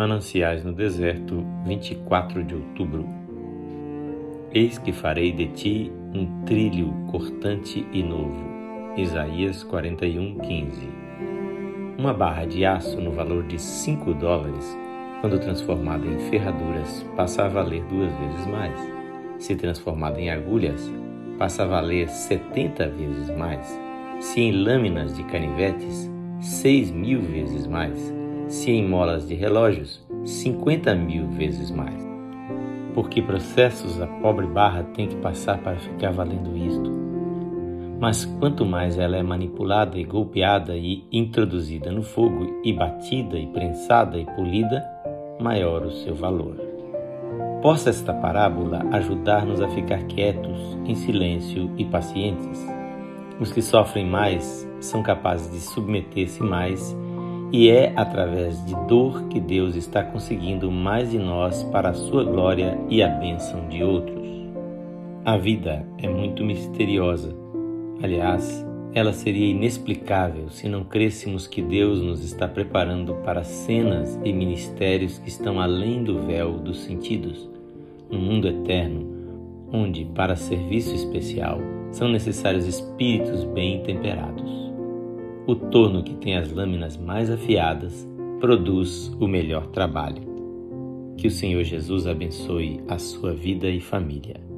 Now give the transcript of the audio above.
Mananciais no Deserto, 24 de outubro. Eis que farei de ti um trilho cortante e novo. Isaías 41:15. Uma barra de aço no valor de $5, quando transformada em ferraduras, passa a valer 2 vezes mais. Se transformada em agulhas, passa a valer 70 vezes mais. Se em lâminas de canivetes, 6.000 vezes mais. Se em molas de relógios, 50.000 vezes mais. Por que processos a pobre barra tem que passar para ficar valendo isto? Mas quanto mais ela é manipulada e golpeada e introduzida no fogo, e batida e prensada e polida, maior o seu valor. Possa esta parábola ajudar-nos a ficar quietos, em silêncio e pacientes. Os que sofrem mais são capazes de submeter-se mais, e é através de dor que Deus está conseguindo mais de nós para a sua glória e a bênção de outros. A vida é muito misteriosa. Aliás, ela seria inexplicável se não crêssemos que Deus nos está preparando para cenas e ministérios que estão além do véu dos sentidos, no mundo eterno, onde, para serviço especial, são necessários espíritos bem temperados. O torno que tem as lâminas mais afiadas produz o melhor trabalho. Que o Senhor Jesus abençoe a sua vida e família.